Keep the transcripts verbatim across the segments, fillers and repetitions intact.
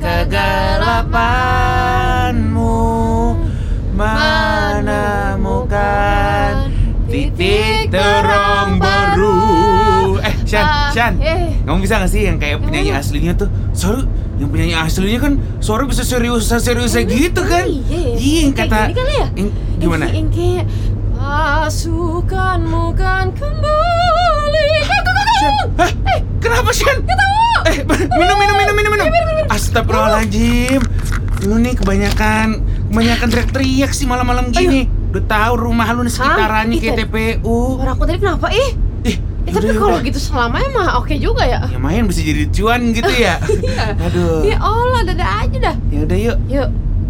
kegelapanmu menemukan titik terang baru. Eh, Shan, Shan, kamu bisa gak sih yang kayak penyanyi aslinya tuh? Sorry, yang penyanyi aslinya kan suara bisa serius-serius gitu kan? Iya, yang kata gimana? Yang kayak pasukanmu kan kembali. Hah? Eh, kenapa Shan? Gak tahu. Eh, minum, minum, minum, minum, minum. Astagfirullahaladzim. Lu nih kebanyakan kebanyakan teriak-teriak sih malam-malam gini. Udah tahu rumah lu nih sekitarannya kayak T P U. Suara aku tadi kenapa ih? Eh, eh tapi kalau gitu selamanya mah oke juga ya. Ya main bisa jadi cuan gitu ya. Iya. Aduh. Ya Allah, dadah aja dah. Ya udah yuk. Yuk.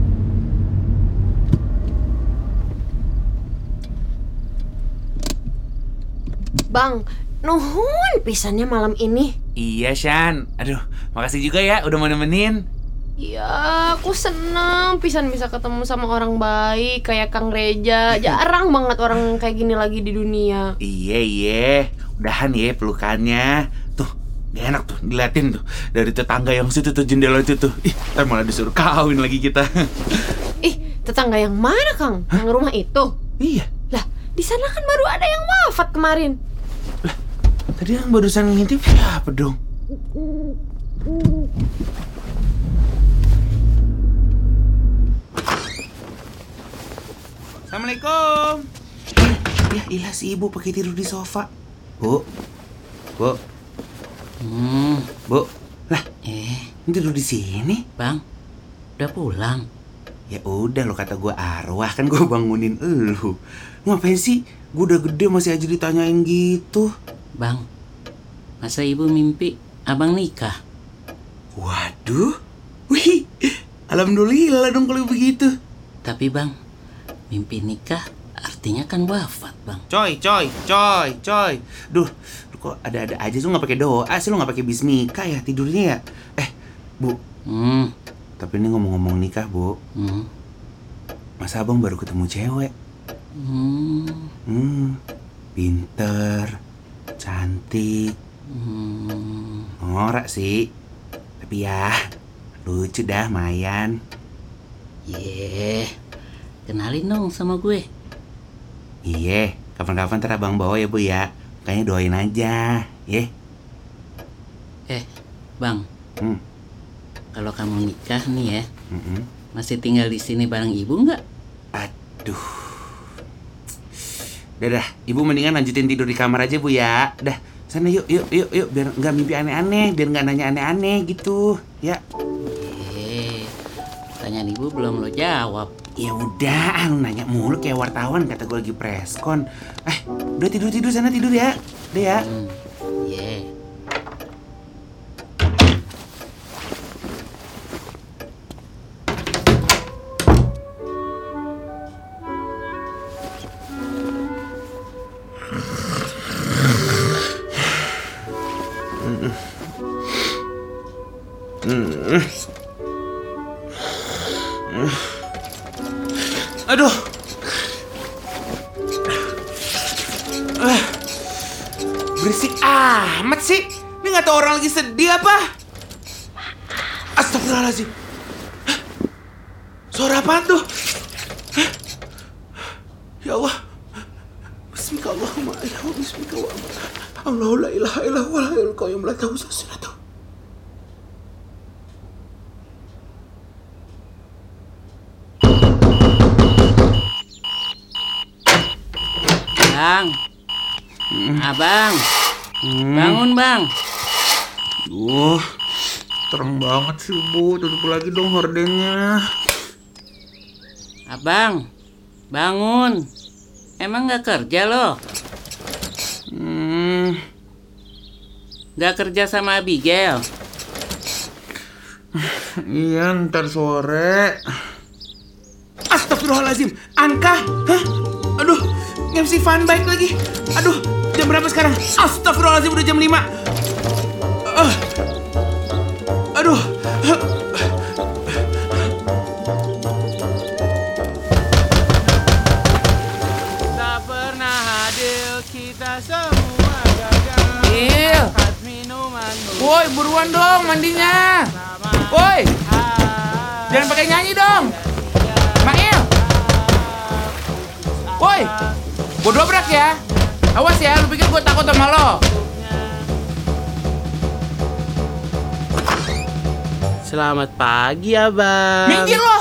Bang, nuhun pisannya malam ini. Iya, Shan. Aduh, makasih juga ya udah mau nemenin. Iya, aku senang pisan bisa ketemu sama orang baik kayak Kang Reja. Jarang banget orang kayak gini lagi di dunia. Iya, iya. Udahan ya pelukannya. Tuh, gak enak tuh diliatin tuh dari tetangga yang situ tuh, jendela itu tuh. Ih, ntar malah disuruh kawin lagi kita. Ih, tetangga yang mana, Kang? Hah? Yang rumah itu? Iya. Lah, di sana kan baru ada yang wafat kemarin. Lah, tadi yang barusan ngintip siapa dong? Assalamualaikum. Ya ilah si ibu pakai tidur di sofa. Bu, bu, Hmm, bu. Lah, eh, ini tidur di sini? Bang, udah pulang? Ya udah lo kata gue arwah kan gue bangunin elu. Ngapain sih? Gue udah gede masih aja ditanyain gitu. Bang, masa ibu mimpi abang nikah? Waduh, wih, alhamdulillah dong kalau begitu. Tapi bang, mimpi nikah artinya kan wafat bang. Coy, coy, coy, coy. Duh, lu kok ada-ada aja lu nggak pakai doa sih, lu nggak pakai bismika ya tidurnya ya? Eh, bu. Hmm. Tapi ini ngomong-ngomong nikah bu. Hmm. Masa abang baru ketemu cewek? Hmm. Hmm. Pinter, cantik, Hmm. norak sih. Tapi ya, lucu dah, Mayan. Yeh, kenalin dong sama gue. Iya, kapan-kapan ntar abang bawa ya bu ya. Kayaknya doain aja, ya. Eh, bang. Hmm. Kalau kamu nikah nih ya, Mm-mm. masih tinggal di sini bareng ibu nggak? Aduh. Udah dah, ibu mendingan lanjutin tidur di kamar aja bu ya. Dah, sana yuk, yuk, yuk, yuk. Biar nggak mimpi aneh-aneh, biar nggak nanya aneh-aneh gitu, ya. Eh, pertanyaan ibu belum lo jawab. Ya udah, lu nanya mulu kayak wartawan kata gue lagi preskon. Eh, udah tidur-tidur sana tidur ya. Udah ya. Hmm. Yeah. Aduh. Ah, berisik amat sih. Ini nggak tahu orang lagi sedih apa? Astagfirullahaladzim. Hah? Suara apaan tuh? Hah? Ya Allah. Bismillahirrahmanirrahim. Ya Allah, Bismillahirrahmanirrahim. Allahu la ilaha illa huwal hayyul qayyum la ta'khudhuhu sinatun. Bang, abang, Hmm. bangun bang. Duh, terang banget sih bu. Tutup lagi dong hordennya. Abang, bangun. Emang gak kerja lo? Hmm. Gak kerja sama Abigail? Iya, ntar sore. Astagfirullahaladzim, Anka? Hah? Aduh, M C Fun Bike lagi. Aduh, jam berapa sekarang? Astagfirullahaladzim, udah jam lima. Uh, aduh. Tak pernah hadir, kita semua gagal. Iya. Minuman. Woi, buruan dong mandinya. Sama Woi, jangan pakai nyanyi dong. Mail. Woi, gue dobrak ya. Awas ya, lu pikir gue takut sama lo. Selamat pagi, Abang. Minggir lo.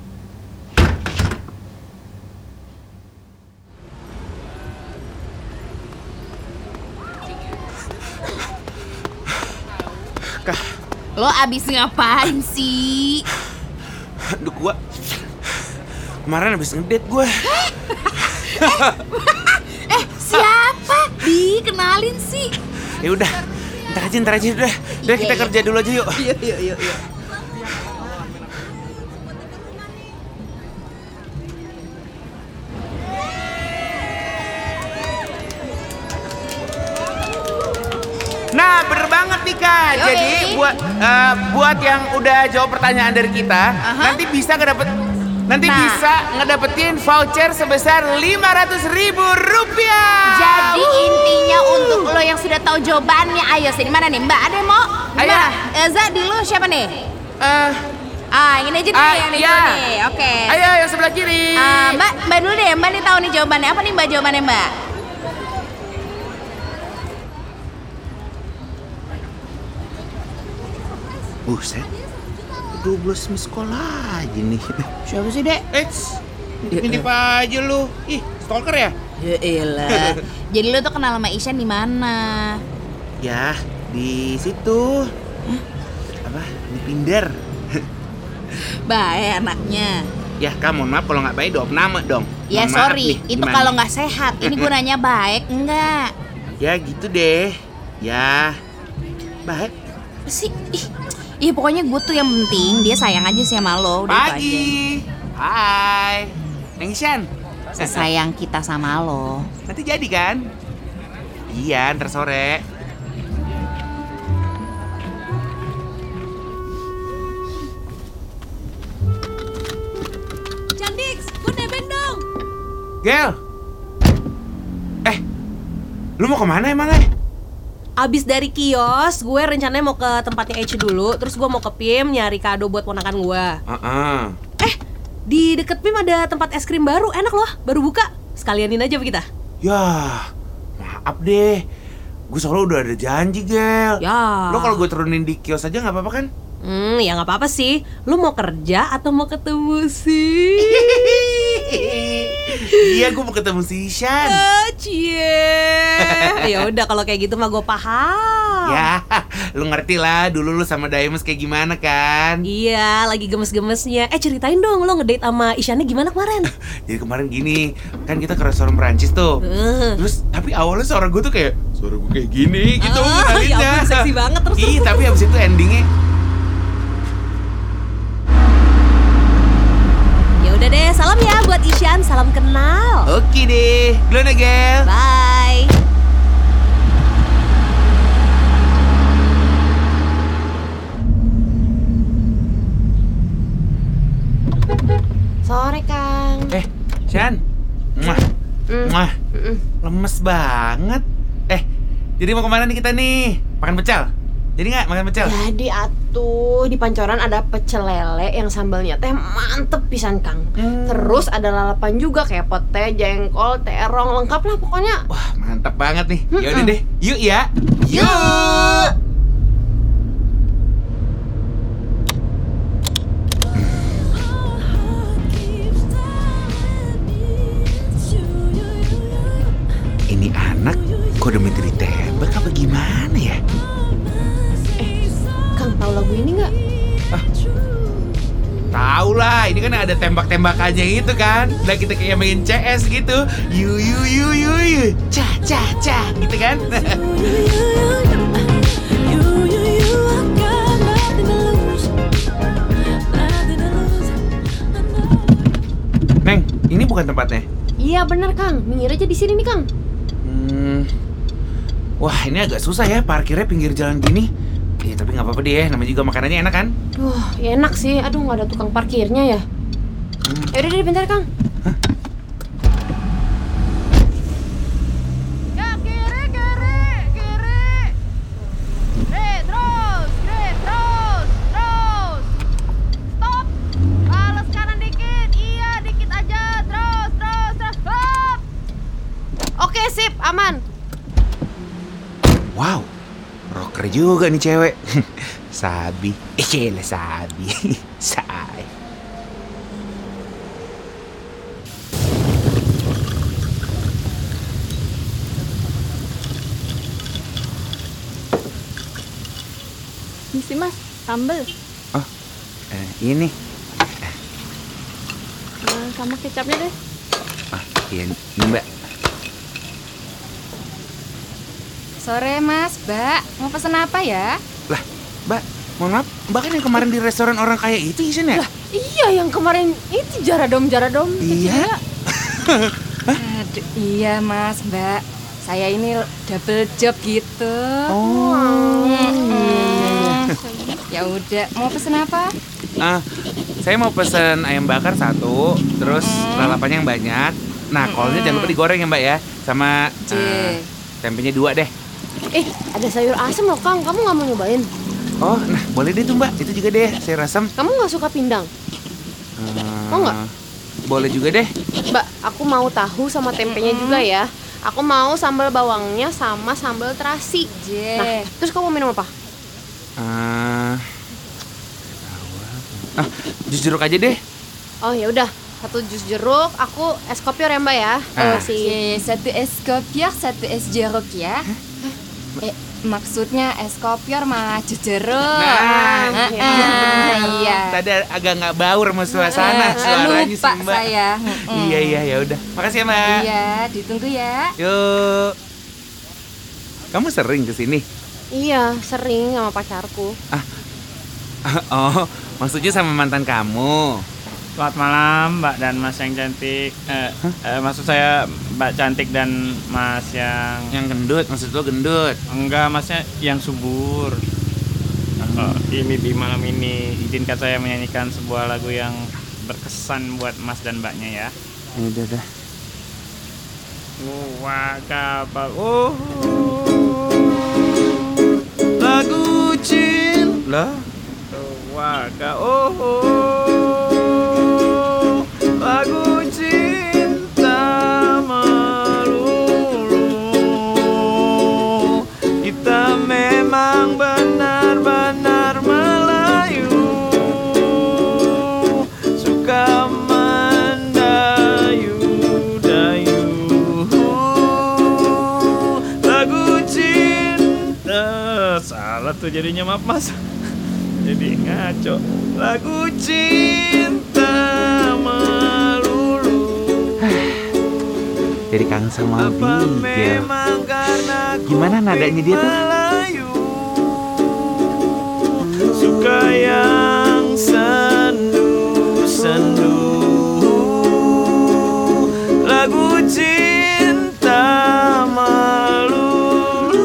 Kah, Lo abis ngapain sih? aduh gua kemarin habis ngedate gue. Eh, siapa? Dikenalin sih. Ya udah, ntar aja, ntar aja udah. Udah kita Iya, kerja dulu aja yuk. Yuk, yuk, yuk, yuk. Nah, bener banget nih Kak. Yoi. Jadi buat eh, buat yang udah jawab pertanyaan dari kita, nanti bisa ngedapet nanti Nah. bisa ngedapetin voucher sebesar lima ratus ribu rupiah. Jadi intinya untuk lo yang sudah tahu jawabannya, ayo sini mana nih Mbak? Ada yang mau? Ayo. Gimana? Eza di lo siapa nih? Eh, Ah, yang ini aja deh, Ah, yang ini iya. dulu nih. Oke. ayo yang sebelah kiri. Ah, Mbak, Mbak dulu deh. Mbak nih tahu nih jawabannya. Apa nih Mbak jawabannya Mbak? Buset, dua belas miss call aja nih. Siapa sih, Dek? Eits, intip aja lu. Ih, stalker ya? Ya elah. Jadi lo tuh kenal sama Ishan di mana? Ya, di situ. Apa? Di Tinder. Baik anaknya. Ya, kamu mohon maaf kalau nggak baik dong nama dong. Ya Mohon maaf sorry, nih, itu gimana? kalau nggak sehat. Ini gunanya baik enggak? Ya gitu deh. Ya, baik. Sih, ih, ih pokoknya gue tuh yang penting dia sayang aja sih sama lo. Udah itu aja. Pagi. Hai. Neng Ishan. Sesayang kita sama lo. Nanti jadi kan? Iya, ntar sore. Candix, gue nebeng dong. Gel. Eh, lu mau kemana emang eh? Abis dari kios, gue rencananya mau ke tempatnya Eci dulu. Terus gue mau ke P I M nyari kado buat ponakan gue. Heeh. Eh, di deket P I M ada tempat es krim baru, enak loh, baru buka. Sekalianin aja kita. Ya, maaf deh. Gue soalnya udah ada janji, Gel. Ya. Lo kalau gue turunin di kios aja nggak apa-apa kan? Hmm, ya nggak apa-apa sih. Lu mau kerja atau mau ketemu sih? Iya, gue mau ketemu si Ishan. Ah, cie. Ya udah kalau kayak gitu mah gue paham. Ya, lu ngerti lah dulu lu sama Diamonds kayak gimana kan? Iya, lagi gemes-gemesnya. Eh, ceritain dong lo ngedate sama Ishannya gimana kemarin? Jadi kemarin gini, kan kita ke restoran Perancis tuh. Eh. Terus tapi awalnya suara gue tuh kayak suara gue kayak gini gitu Ah, ngenalinnya. ya ampun, seksi banget. Terus, Ih, terus, tapi habis itu endingnya Ya udah deh, salam ya buat Ishan, salam kenal. oke deh. Duluan ya, Gel. Bye. Sore, Kang. Eh, Shan. Mwah. Mm. Mwah. Mm-mm. Lemes banget. Eh, jadi mau kemana nih kita nih? Makan pecel? Jadi nggak makan pecel? Jadi atuh di Pancoran ada pecel lele yang sambalnya teh mantep pisan, Kang. Hmm. Terus ada lalapan juga kayak pete, jengkol, terong, lengkap lah pokoknya. Wah, mantap banget nih. Ya udah Mm-mm. deh. Yuk ya. Yuk. Ini anak kok udah minta ditembak apa gimana ya? Kang, tahu lagu ini nggak? Tahu lah, ini kan ada tembak-tembakannya itu kan. Lah kita kayak main C S gitu. Yu yu yu yu yu. Cah cah cah gitu kan. Neng, ini bukan tempatnya. Iya bener, Kang. Minggir aja di sini nih, Kang. Hmm. Wah, ini agak susah ya parkirnya pinggir jalan gini. Ya, tapi nggak apa-apa deh, namanya juga makanannya enak kan? Duh, ya enak sih. Aduh, nggak ada tukang parkirnya ya. Ya udah deh, bentar, Kang. Ya kiri kiri kiri. Kiri terus, kiri terus, terus. Wow, rocker juga nih cewek. Sabi, eh cile sabi, say. Misi mas, sambel. Oh, eh, ini. Nah, sama kecapnya deh. Ah, iya, ini Mbak. Sore mas, Mbak. Mau pesen apa ya? Lah, Mbak, mohon maaf, Mbak kan yang kemarin di restoran orang kaya itu Isin ya? Lah, iya yang kemarin itu jaradom-jaradom. Iya. Aduh, iya mas, Mbak. Saya ini double job gitu. Oh. Hmm. Ya udah, mau pesen apa? Ah, saya mau pesen ayam bakar satu, terus lalapannya yang banyak. Nah, kolnya jangan lupa digoreng ya Mbak ya, sama uh, tempenya dua deh. Eh, ada sayur asem loh Kang, kamu nggak mau nyobain? Oh, nah boleh deh tuh Mbak, itu juga deh sayur asam. Kamu nggak suka pindang? Uh, Mau nggak? Boleh juga deh. Mbak, aku mau tahu sama tempenya juga ya. Aku mau sambal bawangnya sama sambal terasi. Je. Nah, terus kamu minum apa? Uh, ah, jus jeruk aja deh. Oh ya udah, satu jus jeruk, aku es kopior ya Mbak ya. Ah. Oh, si Oke, satu es kopior, satu es jeruk ya. Eh, maksudnya es kopior mah jus jeruk. Nah, Ah, iya, ah, iya. Tadi agak nggak baur sama suasana, Eh, suaranya lupa sih Mbak. saya. Mm-mm. Iya iya ya udah. Makasih ya Mbak. Iya, ditunggu ya. Yuk. Kamu sering kesini? iya, sering sama pacarku. Oh, maksudnya sama mantan kamu. Selamat malam Mbak dan Mas yang cantik. Eh, eh, maksud saya Mbak cantik dan Mas yang Yang gendut, maksud lo gendut. enggak, Masnya yang subur. Oh, ini di malam ini izinkan saya menyanyikan sebuah lagu yang berkesan buat Mas dan Mbaknya ya. Ya udah dah. Wah, kapal. Oh. Lagu cinta. Wah, ka- oh, oh. Lagu cinta melulu. Kita memang benar-benar Melayu. Suka mendayu-dayu. Lagu cinta. Salah tuh jadinya, maaf Mas. Jadi ngaco. Lagu cinta melulu. Jadi kangen sama Apa Bigel. memang karena Gimana nadanya dia tuh? Melayu, suka yang sendu-sendu. Lagu cinta melulu.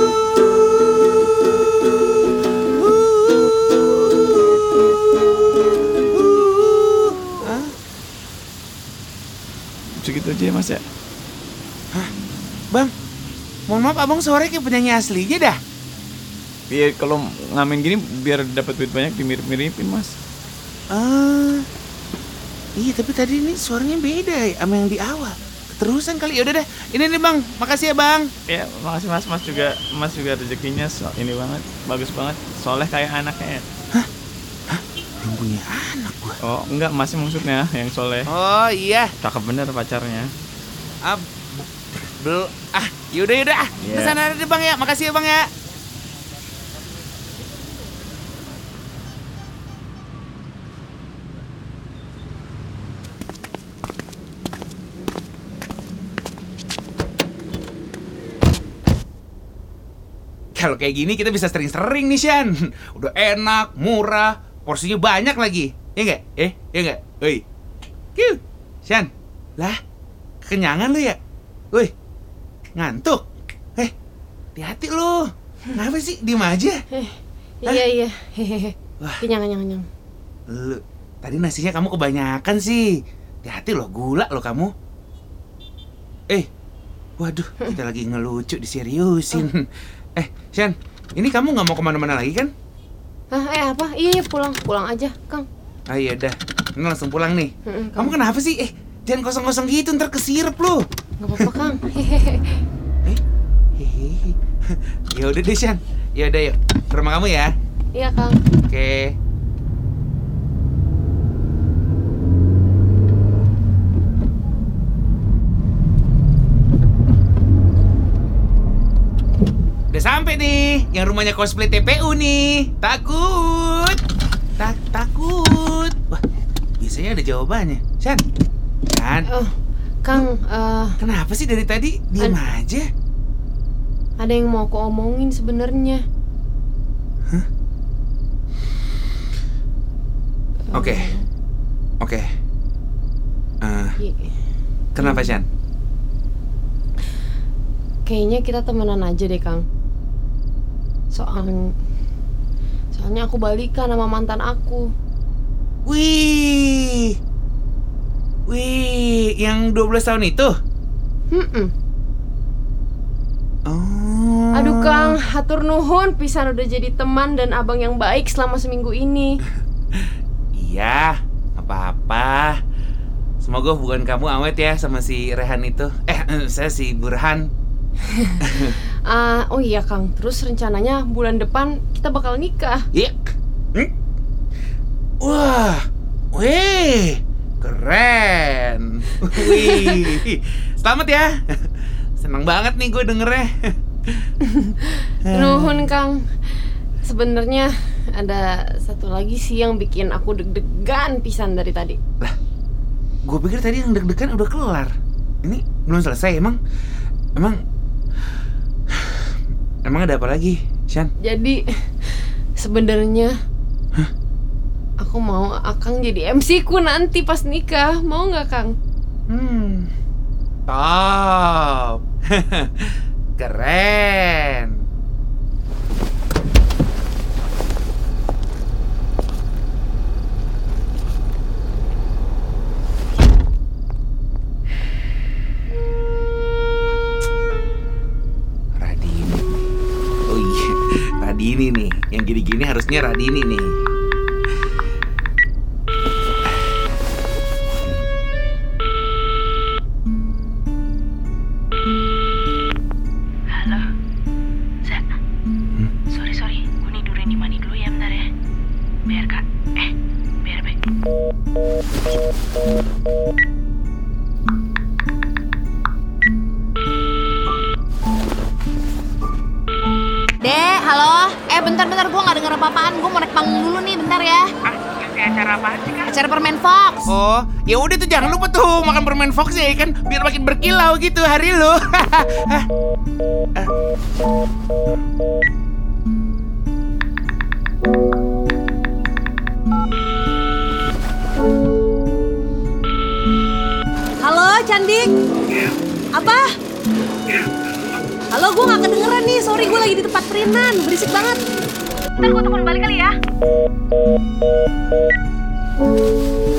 Segitu aja ya Mas ya. Bang, mohon maaf abang sore kayak penyanyi aslinya dah. Iya, kalau ngamen gini biar dapat duit banyak dimirip-miripin Mas. Ah, iya tapi tadi ini suaranya beda ya sama yang di awal. Keterusan kali. Ya udah deh. Ini nih bang, makasih ya bang. Ya, makasih Mas. Mas juga Mas juga rezekinya so, ini banget, bagus banget. Soleh kayak anaknya. Yang punya anak gua. Oh, enggak, Masnya maksudnya yang soleh. Oh iya. Cakep bener pacarnya. Ah, bel, ah, yaudah yaudah. Ah, Iya. kesana deh bang ya. Makasih ya bang ya. Kalau kayak gini kita bisa sering-sering nih Shan. Udah enak, murah, porsinya banyak lagi. Ya enggak? Eh, ya enggak? Woi. Kiu. Shan. Lah, kekenyangan lu ya? Woi. Ngantuk. Eh, hati-hati lu. Kenapa sih? Diem aja. Eh, iya iya. Hehehe. Wah. Kenyang kenyang kenyang. Lu, tadi nasinya kamu kebanyakan sih. Hati-hati loh, gula loh kamu. Eh, waduh, kita lagi ngelucu diseriusin. Eh, Shan, ini kamu nggak mau kemana-mana lagi kan? Ah, eh apa? Iya, iya pulang, pulang aja, Kang. Ah iya dah, ini langsung pulang nih. Mm-mm, Kamu kenapa sih? Eh, jangan kosong-kosong gitu, ntar kesirep lu. Gak apa-apa, Kang. Hehehe. Eh, hehehe. Ya udah deh, Shan. Ya udah yuk. Ke rumah kamu ya. Iya, Kang. Oke. Udah sampai nih, yang rumahnya cosplay T P U nih. Takut. Tak takut. Wah, biasanya ada jawabannya. Shan. Shan. Oh, Kang, eh Kenapa sih dari tadi diam Ad- aja? ada yang mau aku omongin sebenarnya. Oke. Oke. Eh, I- kenapa, Shan? Kayaknya kita temenan aja deh, Kang. Soal Soalnya aku balikan sama mantan aku. Wih. Wih, yang dua belas tahun itu? Hmm. Oh. Aduh, Kang, hatur nuhun pisan udah jadi teman dan abang yang baik selama seminggu ini. Iya, apa-apa. Semoga hubungan kamu awet ya sama si Rehan itu. Eh, eh, saya si Burhan. Ah, oh iya, Kang. Terus rencananya bulan depan kita bakal nikah. Iya. Hmm? Wah, wih, keren. Wih, selamat ya. Senang banget nih gue dengernya. Nuhun, Kang. Sebenarnya ada satu lagi sih yang bikin aku deg-degan pisan dari tadi. Lah, gue pikir tadi yang deg-degan udah kelar. Ini belum selesai emang. Emang Emang ada apa lagi, Shan? Jadi sebenarnya aku mau Akang jadi M C ku nanti pas nikah. Mau nggak, Kang? Hmm. Top. Keren. Radini. Oh iya, Radini nih. Yang gini-gini harusnya Radini nih. Halo, Za. Sorry sorry, gue nidurin di mani dulu ya bentar ya. Biar kak, eh, biar be. Dek, halo. Eh, bentar-bentar, gue gak denger apa-apaan. Gue mau naik panggung dulu nih, bentar ya. Ah, nanti acara apa sih kak? Acara Permen Fox. Oh, ya udah tuh jangan lupa tuh makan permen Fox ya kan biar makin berkilau gitu hari lu. Halo, Candik. Apa? Halo, gue gak kedengeran nih. Sorry, gue lagi di tempat perinan. Berisik banget. Ntar gue telepon balik kali ya.